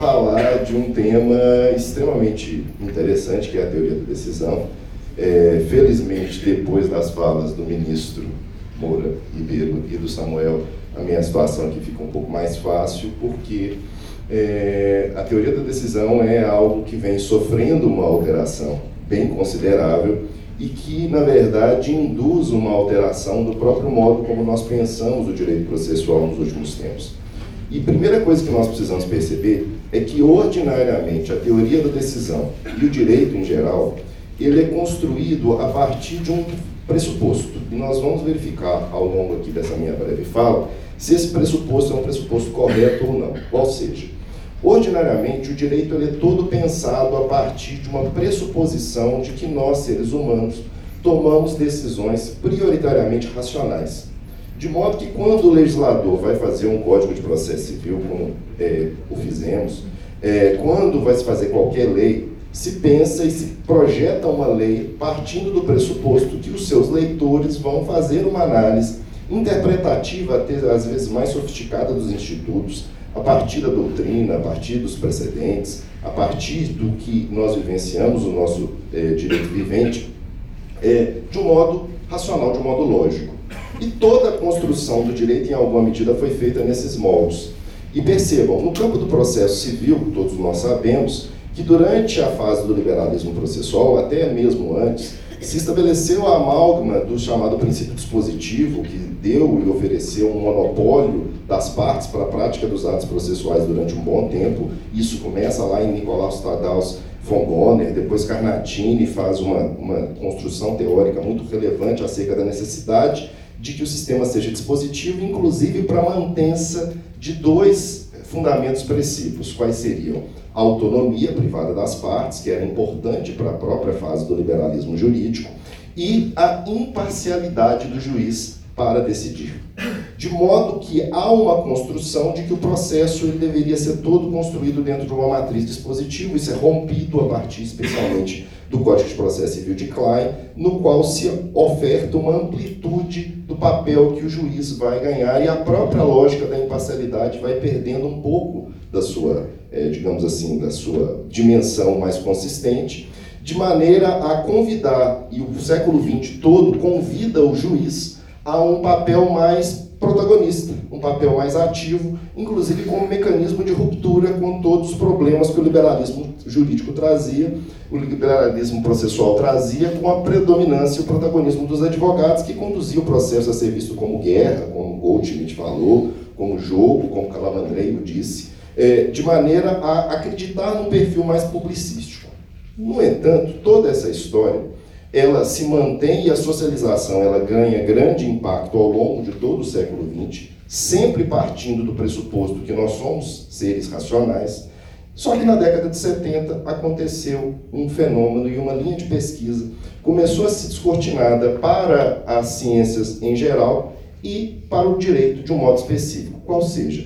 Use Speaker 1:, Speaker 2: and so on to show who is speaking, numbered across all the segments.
Speaker 1: Falar de um tema extremamente interessante, que é a teoria da decisão. Felizmente, depois das falas do ministro Moura Ribeiro e do Samuel, a minha situação aqui fica um pouco mais fácil, porque a teoria da decisão é algo que vem sofrendo uma alteração bem considerável e que, na verdade, induz uma alteração do próprio modo como nós pensamos o direito processual nos últimos tempos. E a primeira coisa que nós precisamos perceber é que, ordinariamente, a teoria da decisão e o direito em geral, ele é construído a partir de um pressuposto. E nós vamos verificar, ao longo aqui dessa minha breve fala, se esse pressuposto é um pressuposto correto ou não. Ou seja, ordinariamente, o direito ele é todo pensado a partir de uma pressuposição de que nós, seres humanos, tomamos decisões prioritariamente racionais. De modo que, quando o legislador vai fazer um Código de Processo Civil, como o fizemos, quando vai se fazer qualquer lei, se pensa e se projeta uma lei partindo do pressuposto que os seus leitores vão fazer uma análise interpretativa, até às vezes mais sofisticada dos institutos, a partir da doutrina, a partir dos precedentes, a partir do que nós vivenciamos, o nosso direito vivente, de um modo racional, de um modo lógico. E toda a construção do direito, em alguma medida, foi feita nesses moldes. E percebam, no campo do processo civil, todos nós sabemos, que durante a fase do liberalismo processual, até mesmo antes, se estabeleceu a amálgama do chamado princípio dispositivo, que deu e ofereceu um monopólio das partes para a prática dos atos processuais durante um bom tempo. Isso começa lá em Nicolaus Stadaus von Goner, depois Carnatini faz uma construção teórica muito relevante acerca da necessidade de que o sistema seja dispositivo, inclusive para a mantença de dois fundamentos princípios. Quais seriam? A autonomia privada das partes, que era importante para a própria fase do liberalismo jurídico, e a imparcialidade do juiz para decidir. De modo que há uma construção de que o processo ele deveria ser todo construído dentro de uma matriz dispositiva. Isso é rompido a partir, especialmente, do Código de Processo Civil de Klein, no qual se oferta uma amplitude do papel que o juiz vai ganhar, e a própria lógica da imparcialidade vai perdendo um pouco da sua, digamos assim, da sua dimensão mais consistente, de maneira a convidar, e o século XX todo convida o juiz a um papel mais protagonista, um papel mais ativo, inclusive como mecanismo de ruptura com todos os problemas que o liberalismo jurídico trazia, o liberalismo processual trazia, com a predominância e o protagonismo dos advogados, que conduziam o processo a ser visto como guerra, como Goldschmidt falou, como jogo, como Calamandrei disse, de maneira a acreditar num perfil mais publicístico. No entanto, toda essa história ela se mantém, e a socialização ela ganha grande impacto ao longo de todo o século XX, sempre partindo do pressuposto que nós somos seres racionais. Só que na década de 70 aconteceu um fenômeno e uma linha de pesquisa começou a ser descortinada para as ciências em geral e para o direito de um modo específico. Qual seja,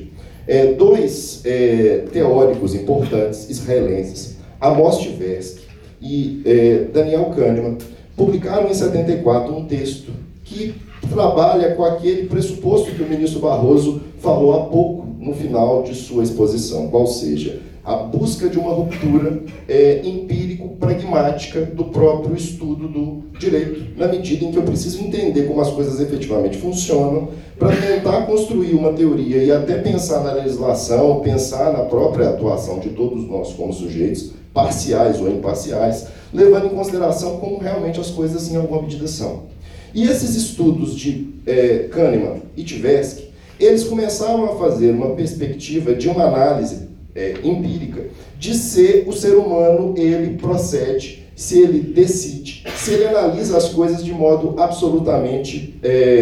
Speaker 1: dois teóricos importantes israelenses, Amos Tversky e Daniel Kahneman, publicaram em 74 um texto que trabalha com aquele pressuposto que o ministro Barroso falou há pouco no final de sua exposição, qual seja, a busca de uma ruptura empírico-pragmática do próprio estudo do direito, na medida em que eu preciso entender como as coisas efetivamente funcionam, para tentar construir uma teoria e até pensar na legislação, pensar na própria atuação de todos nós como sujeitos, parciais ou imparciais, levando em consideração como realmente as coisas em alguma medida são. E esses estudos de Kahneman e Tversky, eles começaram a fazer uma perspectiva de uma análise empírica de se o ser humano ele procede, se ele decide, se ele analisa as coisas de modo absolutamente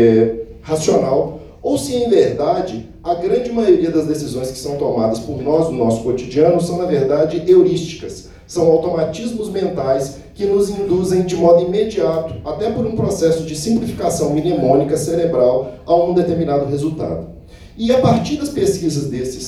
Speaker 1: racional, ou se em verdade a grande maioria das decisões que são tomadas por nós no nosso cotidiano são, na verdade, heurísticas, são automatismos mentais que nos induzem de modo imediato, até por um processo de simplificação mnemônica cerebral, a um determinado resultado. E a partir das pesquisas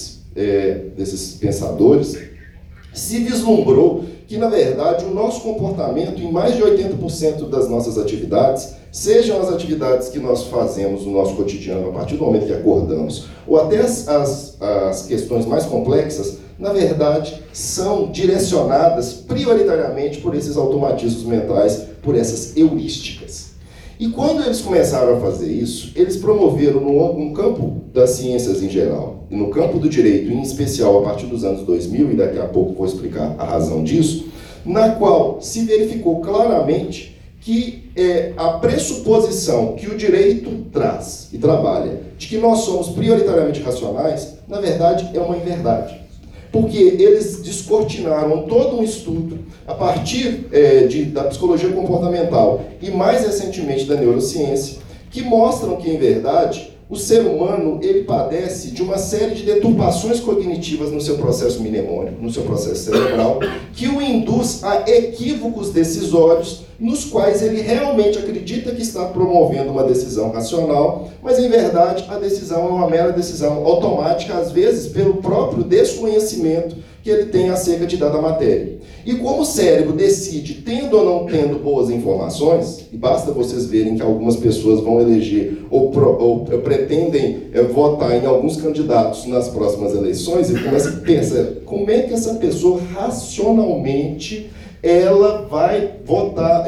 Speaker 1: desses pensadores, se vislumbrou que, na verdade, o nosso comportamento, em mais de 80% das nossas atividades, sejam as atividades que nós fazemos no nosso cotidiano, a partir do momento que acordamos, ou até as questões mais complexas, na verdade, são direcionadas prioritariamente por esses automatismos mentais, por essas heurísticas. E quando eles começaram a fazer isso, eles promoveram no campo das ciências em geral, e no campo do direito, em especial a partir dos anos 2000, e daqui a pouco vou explicar a razão disso, na qual se verificou claramente que a pressuposição que o direito traz e trabalha de que nós somos prioritariamente racionais, na verdade, é uma inverdade. Porque eles descortinaram todo um estudo a partir da psicologia comportamental e, mais recentemente, da neurociência, que mostram que, em verdade, o ser humano ele padece de uma série de deturpações cognitivas no seu processo mnemônico, no seu processo cerebral, que o induz a equívocos decisórios, nos quais ele realmente acredita que está promovendo uma decisão racional, mas, em verdade, a decisão é uma mera decisão automática, às vezes pelo próprio desconhecimento que ele tem acerca de dada matéria. E como o cérebro decide, tendo ou não tendo boas informações, e basta vocês verem que algumas pessoas vão eleger ou pretendem votar em alguns candidatos nas próximas eleições, e começa a pensar, como é que essa pessoa racionalmente ela vai votar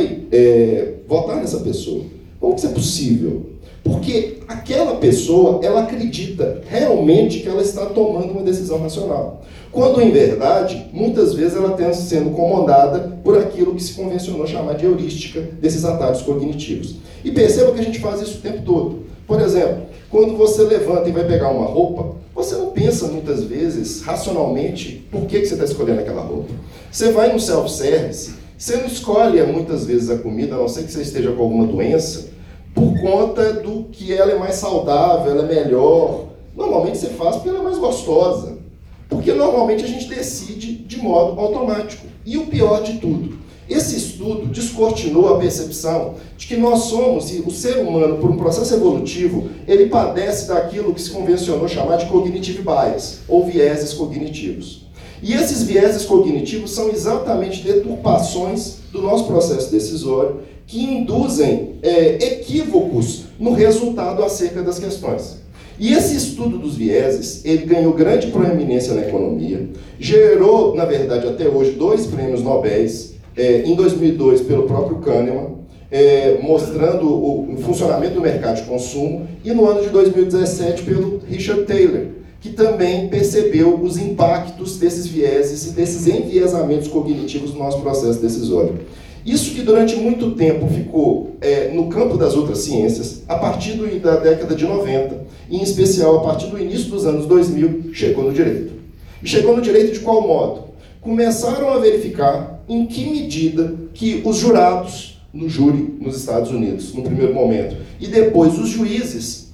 Speaker 1: nessa pessoa? Como que isso é possível? Porque aquela pessoa, ela acredita realmente que ela está tomando uma decisão racional. Quando, em verdade, muitas vezes ela está sendo comandada por aquilo que se convencionou chamar de heurística desses atalhos cognitivos. E perceba que a gente faz isso o tempo todo. Por exemplo, quando você levanta e vai pegar uma roupa, você não pensa muitas vezes, racionalmente, por que você está escolhendo aquela roupa. Você vai no self-service, você não escolhe muitas vezes a comida, a não ser que você esteja com alguma doença, por conta do que ela é mais saudável, ela é melhor. Normalmente você faz porque ela é mais gostosa. Porque normalmente a gente decide de modo automático. E o pior de tudo, esse estudo descortinou a percepção de que nós somos, e o ser humano, por um processo evolutivo, ele padece daquilo que se convencionou chamar de cognitive bias, ou vieses cognitivos. E esses vieses cognitivos são exatamente deturpações do nosso processo decisório que induzem equívocos no resultado acerca das questões. E esse estudo dos vieses, ele ganhou grande proeminência na economia, gerou, na verdade, até hoje, 2 prêmios Nobel, em 2002 pelo próprio Kahneman, mostrando o funcionamento do mercado de consumo, e no ano de 2017 pelo Richard Taylor, que também percebeu os impactos desses vieses e desses enviesamentos cognitivos no nosso processo decisório. Isso que durante muito tempo ficou no campo das outras ciências, a partir da década de 90, e em especial a partir do início dos anos 2000, chegou no direito. E chegou no direito de qual modo? Começaram a verificar em que medida que os jurados no júri nos Estados Unidos, no primeiro momento, e depois os juízes,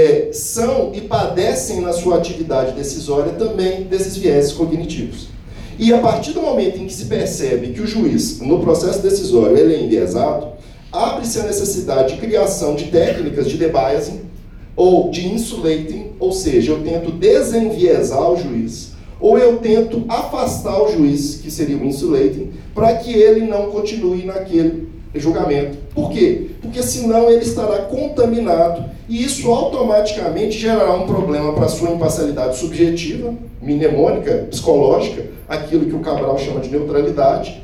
Speaker 1: são e padecem na sua atividade decisória também desses vieses cognitivos. E a partir do momento em que se percebe que o juiz, no processo decisório, ele é enviesado, abre-se a necessidade de criação de técnicas de debiasing ou de insulating, ou seja, eu tento desenviesar o juiz, ou eu tento afastar o juiz, que seria o insulating, para que ele não continue naquele julgamento. Por quê? Porque senão ele estará contaminado e isso automaticamente gerará um problema para a sua imparcialidade subjetiva, mnemônica, psicológica, aquilo que o Cabral chama de neutralidade,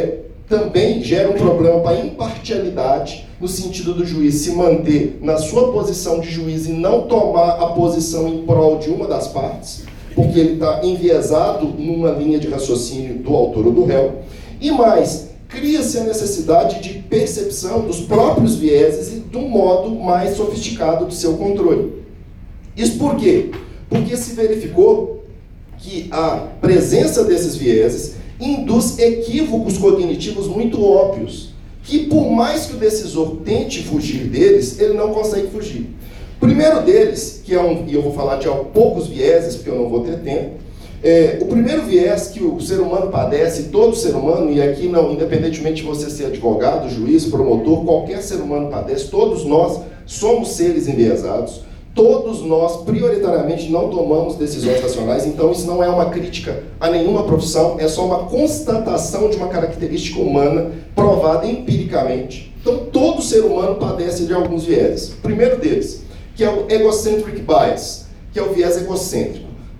Speaker 1: também gera um problema para a imparcialidade, no sentido do juiz se manter na sua posição de juiz e não tomar a posição em prol de uma das partes, porque ele está enviesado numa linha de raciocínio do autor ou do réu. E mais, cria-se a necessidade de percepção dos próprios vieses e de um modo mais sofisticado do seu controle. Isso por quê? Porque se verificou que a presença desses vieses induz equívocos cognitivos muito óbvios, que por mais que o decisor tente fugir deles, ele não consegue fugir. O primeiro deles, e eu vou falar de poucos vieses, porque eu não vou ter tempo, o primeiro viés que o ser humano padece, todo ser humano, e aqui não, independentemente de você ser advogado, juiz, promotor, qualquer ser humano padece, todos nós somos seres enviesados, todos nós prioritariamente não tomamos decisões racionais, então isso não é uma crítica a nenhuma profissão, é só uma constatação de uma característica humana provada empiricamente. Então todo ser humano padece de alguns vieses. O primeiro deles, que é o egocentric bias, que é o viés egocêntrico.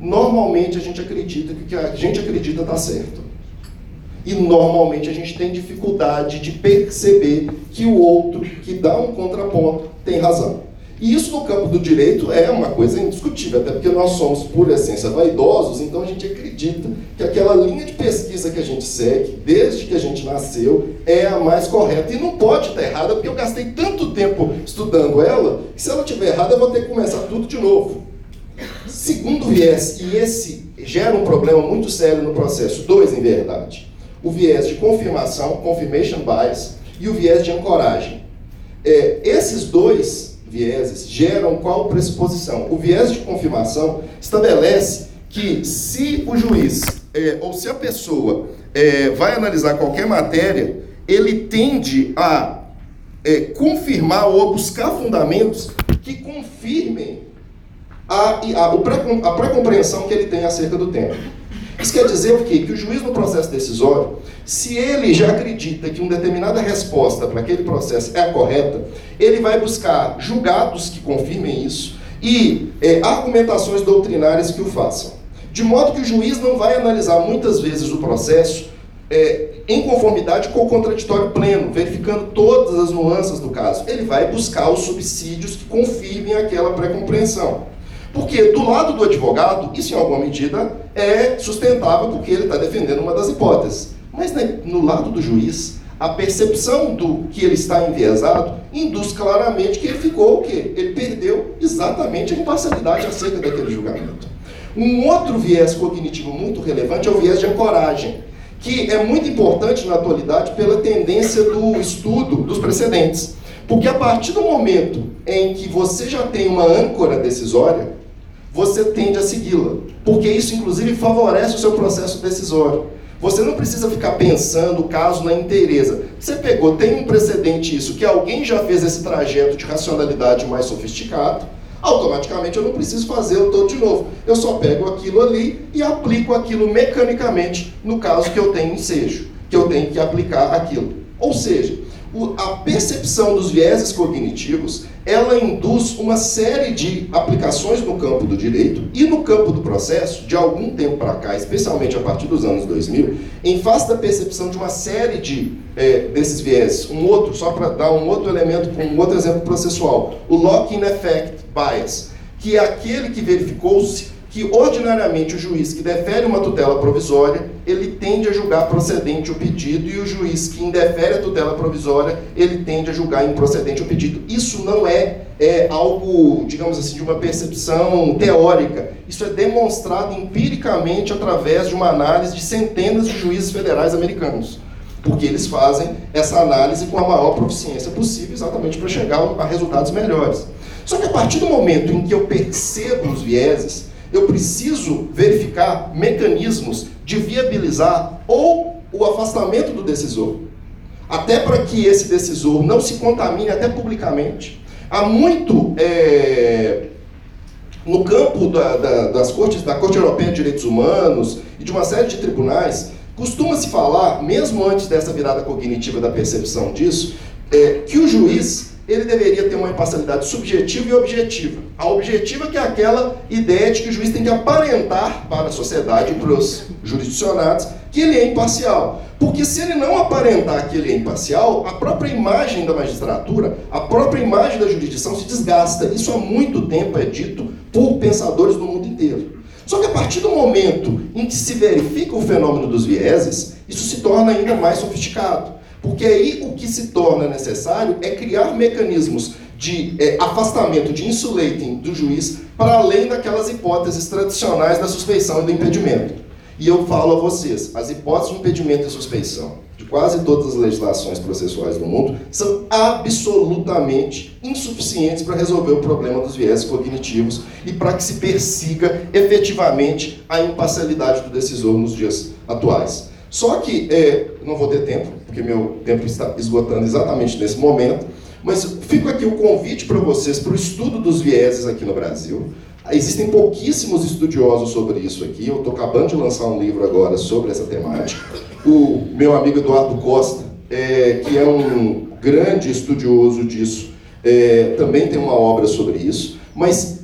Speaker 1: normalmente a gente acredita que o que a gente acredita está certo. E normalmente a gente tem dificuldade de perceber que o outro, que dá um contraponto, tem razão. E isso no campo do direito é uma coisa indiscutível, até porque nós somos, por essência, vaidosos, então a gente acredita que aquela linha de pesquisa que a gente segue, desde que a gente nasceu, é a mais correta. E não pode estar errada, porque eu gastei tanto tempo estudando ela, que se ela estiver errada eu vou ter que começar tudo de novo. Segundo viés, e esse gera um problema muito sério no processo, dois em verdade. O viés de confirmação, confirmation bias, e o viés de ancoragem. Esses dois vieses geram qual pressuposição? O viés de confirmação estabelece que se o juiz, ou se a pessoa vai analisar qualquer matéria, ele tende a confirmar ou a buscar fundamentos que confirmem a pré-compreensão que ele tem acerca do tema. Isso quer dizer o quê? Que o juiz no processo decisório, se ele já acredita que uma determinada resposta para aquele processo é a correta, ele vai buscar julgados que confirmem isso e argumentações doutrinárias que o façam. De modo que o juiz não vai analisar muitas vezes o processo em conformidade com o contraditório pleno, verificando todas as nuances do caso. Ele vai buscar os subsídios que confirmem aquela pré-compreensão. Porque do lado do advogado, isso em alguma medida é sustentável porque ele está defendendo uma das hipóteses. Mas no lado do juiz, a percepção do que ele está enviesado induz claramente que ele ficou o quê? Ele perdeu exatamente a imparcialidade acerca daquele julgamento. Um outro viés cognitivo muito relevante é o viés de ancoragem, que é muito importante na atualidade pela tendência do estudo dos precedentes. Porque a partir do momento em que você já tem uma âncora decisória, você tende a segui-la, porque isso inclusive favorece o seu processo decisório. Você não precisa ficar pensando o caso na inteireza. Você pegou, tem um precedente isso, que alguém já fez esse trajeto de racionalidade mais sofisticado, automaticamente eu não preciso fazê-lo todo de novo. Eu só pego aquilo ali e aplico aquilo mecanicamente no caso que eu tenho ensejo, que eu tenho que aplicar aquilo. Ou seja, a percepção dos vieses cognitivos, ela induz uma série de aplicações no campo do direito e no campo do processo, de algum tempo para cá, especialmente a partir dos anos 2000, em face da percepção de uma série desses vieses. Só para dar um outro elemento, um outro exemplo processual, o lock-in effect bias, que é aquele que verificou-se que ordinariamente o juiz que defere uma tutela provisória, ele tende a julgar procedente o pedido, e o juiz que indefere a tutela provisória, ele tende a julgar improcedente o pedido. Isso não é algo, digamos assim, de uma percepção teórica. Isso é demonstrado empiricamente através de uma análise de centenas de juízes federais americanos, porque eles fazem essa análise com a maior proficiência possível, exatamente para chegar a resultados melhores. Só que a partir do momento em que eu percebo os vieses, eu preciso verificar mecanismos de viabilizar ou o afastamento do decisor, até para que esse decisor não se contamine até publicamente. Há muito, no campo das cortes, da Corte Europeia de Direitos Humanos e de uma série de tribunais, costuma-se falar, mesmo antes dessa virada cognitiva da percepção disso, que o juiz ele deveria ter uma imparcialidade subjetiva e objetiva. A objetiva que é aquela ideia de que o juiz tem que aparentar para a sociedade e para os jurisdicionados que ele é imparcial. Porque se ele não aparentar que ele é imparcial, a própria imagem da magistratura, a própria imagem da jurisdição se desgasta. Isso há muito tempo é dito por pensadores do mundo inteiro. Só que a partir do momento em que se verifica o fenômeno dos vieses, isso se torna ainda mais sofisticado. Porque aí o que se torna necessário é criar mecanismos de afastamento, de insulating do juiz, para além daquelas hipóteses tradicionais da suspeição e do impedimento. E eu falo a vocês, as hipóteses de impedimento e suspeição de quase todas as legislações processuais do mundo são absolutamente insuficientes para resolver o problema dos vieses cognitivos e para que se persiga efetivamente a imparcialidade do decisor nos dias atuais. Só que, não vou ter tempo, porque meu tempo está esgotando exatamente nesse momento, mas fica aqui o convite para vocês, para o estudo dos vieses aqui no Brasil. Existem pouquíssimos estudiosos sobre isso aqui, eu estou acabando de lançar um livro agora sobre essa temática. O meu amigo Eduardo Costa, que é um grande estudioso disso, também tem uma obra sobre isso, mas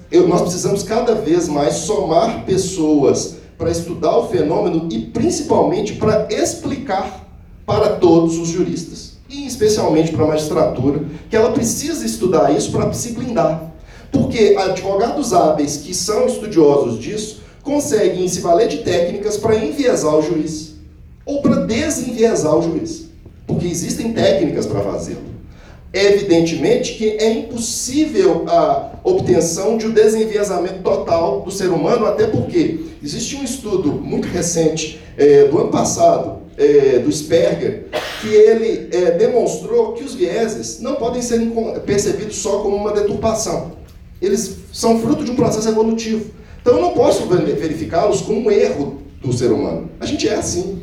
Speaker 1: nós precisamos cada vez mais somar pessoas para estudar o fenômeno e principalmente para explicar para todos os juristas, e especialmente para a magistratura, que ela precisa estudar isso para se blindar. Porque advogados hábeis que são estudiosos disso conseguem se valer de técnicas para enviesar o juiz, ou para desenviesar o juiz, porque existem técnicas para fazê-lo. Evidentemente que é impossível a obtenção de um desenviesamento total do ser humano, até porque existe um estudo muito recente, do ano passado, do Sperger, que ele demonstrou que os vieses não podem ser percebidos só como uma deturpação. Eles são fruto de um processo evolutivo. Então eu não posso verificá-los como um erro do ser humano. A gente é assim.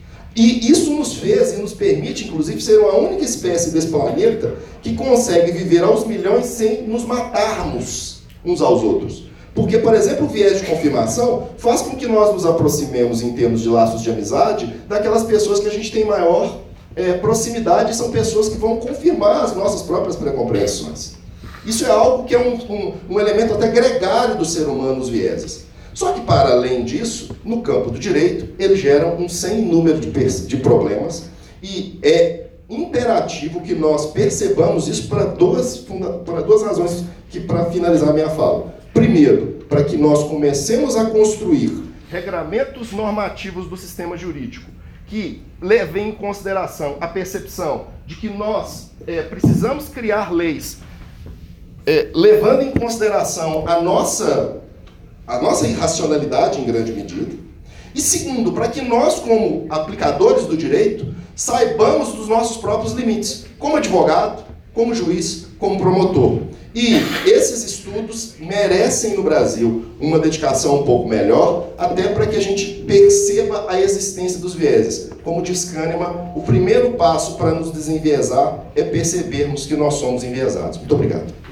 Speaker 1: E isso nos fez e nos permite, inclusive, ser uma única espécie desse planeta que consegue viver aos milhões sem nos matarmos uns aos outros. Porque, por exemplo, o viés de confirmação faz com que nós nos aproximemos, em termos de laços de amizade, daquelas pessoas que a gente tem maior proximidade, são pessoas que vão confirmar as nossas próprias pré-compreensões. Isso é algo que é um elemento até gregário do ser humano, os vieses. Só que, para além disso, no campo do direito, eles geram um sem número de problemas, e é imperativo que nós percebamos isso para duas razões, que para finalizar a minha fala. Primeiro, para que nós comecemos a construir regramentos normativos do sistema jurídico que levem em consideração a percepção de que nós precisamos criar leis levando em consideração a nossa irracionalidade em grande medida. E segundo, para que nós, como aplicadores do direito, saibamos dos nossos próprios limites, como advogado, como juiz, como promotor. E esses estudos merecem no Brasil uma dedicação um pouco melhor, até para que a gente perceba a existência dos vieses. Como diz Kahneman, o primeiro passo para nos desenviesar é percebermos que nós somos enviesados. Muito obrigado.